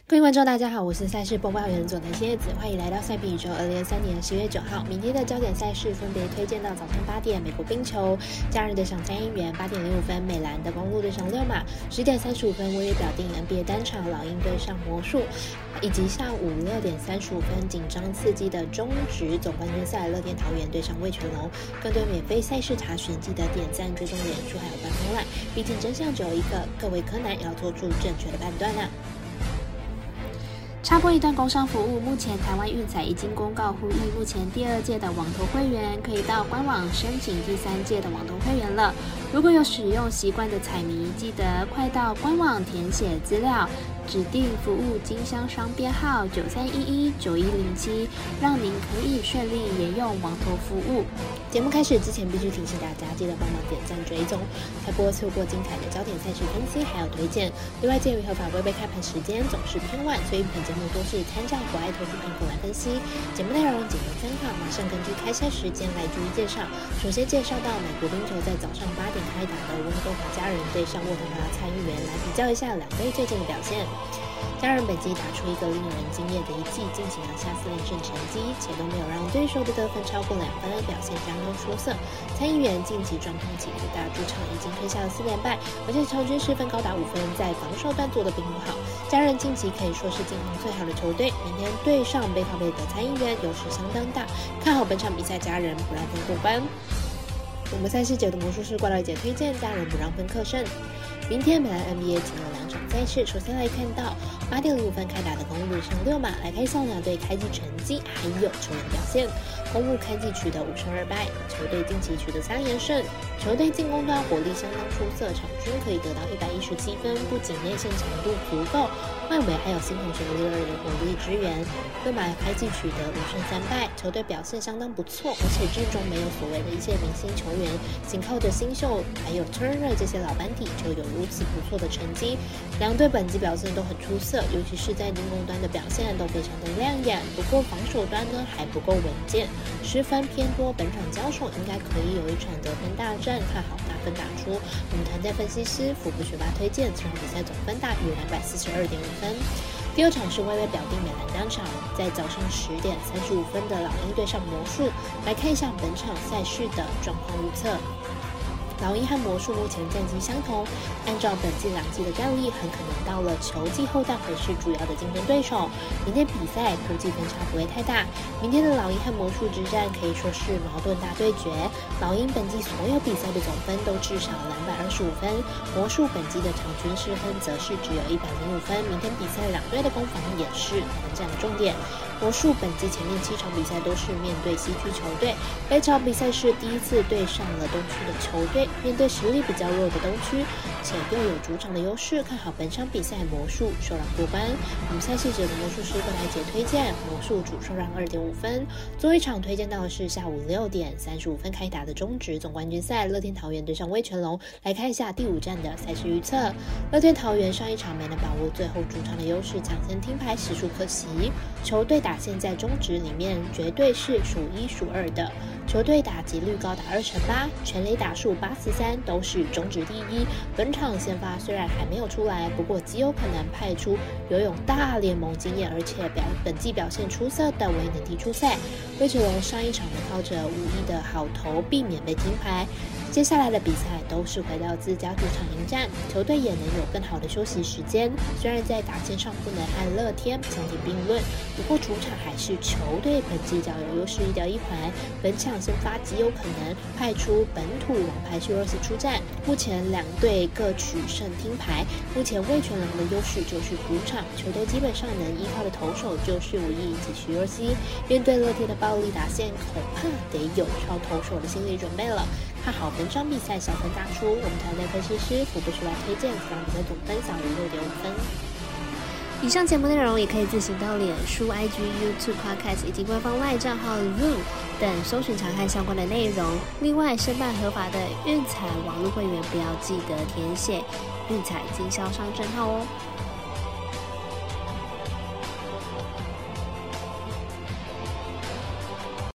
各位观众大家好，我是赛事播报员佐藤蝎子，欢迎来到赛评宇宙2023年10月9号。明天的焦点赛事分别推荐到早上8点美国冰球，家人对上参议员8点05分美兰的公鹿对上溜马，10点35分微微表定 NBA 单场老鹰对上魔术，以及下午6点35分紧张刺激的中职总冠军赛乐天桃园对上味全龙。更多免费赛事查询，记得点赞、追踪脸书还有官方 LINE， 毕竟真相只有一个，各位柯南要做出正确的判断啊。插播一段工商服务，目前台湾运彩已经公告呼吁，目前第2届的网投会员可以到官网申请第3届的网投会员了。如果有使用习惯的彩迷，记得快到官网填写资料，指定服务经销商编号93119107，让您可以顺利沿用网投服务。节目开始之前，必须提醒大家，记得帮忙点赞追踪，才不会错过精彩的焦点赛事分析还有推荐。另外，鉴于合法规备开盘时间总是偏晚，所以本节目多是参照国外投资评估来分析。节目内容仅供参考，马上根据开赛时间来逐一介绍。首先介绍到美国冰球在早上8点开打的温哥华家人对上渥太华参议员，来比较一下两队最近的表现。家人本季打出一个令人惊艳的一季，近期拿下4连胜成绩，且都没有让对手的得分超过2分，表现相当出色。参议员近期状况起伏大，主场已经推下了4连败，而且场均失分高达5分，在防守端做得并不好。家人近期可以说是近况最好的球队，明天对上背靠背的参议员优势相当大，看好本场比赛家人不让分过关。我们赛事解读魔术师怪盗姐推荐家人不让分客胜。明天美兰 NBA 仅有2场赛事，首先来看到8点05分开打的公鹿对上溜马，来看一下两队开季成绩还有球员表现。公鹿开季取得5胜2败，球队近期取得3连胜，球队进攻端火力相当出色，场均可以得到117分，不仅内线强度足够，外围还有新同学利尔的火力支援。溜马开季取得5胜3败，球队表现相当不错，而且阵中没有所谓的一些明星球员，仅靠着新秀还有 Turner 这些老班底就有如此不错的成绩。两队本季表现都很出色，尤其是在进攻端的表现都非常的亮眼，不过防守端呢还不够稳健，失分偏多，本场交手应该可以有一场得分大战，看好大分打出。我们团队分析师福布学霸推荐这场比赛总分大于242.5分。第2场是微微表定美兰单场，在早上10点35分的老鹰对上魔术，来看一下本场赛事的状况预测。老鹰和魔术目前战绩相同，按照本季2季的战力，很可能到了球季后段会是主要的竞争对手。明天比赛估计分差不会太大。明天的老鹰和魔术之战可以说是矛盾大对决。老鹰本季所有比赛的总分都至少225分，魔术本季的场均失分则是只有105分。明天比赛两队的攻防也是难战的重点。魔术本季前面7场比赛都是面对西区球队，本场比赛是第一次对上了东区的球队，面对实力比较弱的东区，且又有主场的优势，看好本场比赛魔术受让过关。我们赛事解读魔术师怪盗姐推荐魔术主受让2.5分。最后一场推荐到的是下午6点35分开打的中职总冠军赛乐天桃园对上味全龙，来看一下第5站的赛事预测。乐天桃园上一场没能把握最后主场的优势，抢先听牌实属可惜。球队打线在中职里面绝对是数1数2的，球队打击率高达2成8，全垒打数843，都是中职第一。本场先发虽然还没有出来，不过极有可能派出游泳大联盟经验而且本季表现出色的维能踢出赛。味全龙上一场呢靠着5-1的好投避免被停牌，接下来的比赛都是回到自家主场迎战，球队也能有更好的休息时间。虽然在打线上不能和乐天相提并论，不过主场还是球队本季较有优势一环。本场先发极有可能派出本土王牌徐若曦出战。目前两队各取胜听牌，目前味全龙的优势就是主场，球队基本上能依靠的投手就是5-1以及徐若曦。面对乐天的暴力打线，恐怕得有超投手的心理准备了。看好本场比赛小分打出，我们团队分析师福布学霸推荐这场比赛总分小于6.5分。以上节目内容也可以自行到脸书、IG、YouTube、Podcast 以及官方 LINE 账号 Zoom 等搜寻查看相关的内容。另外，申办合法的运彩网络会员，不要记得填写运彩经销商证号哦。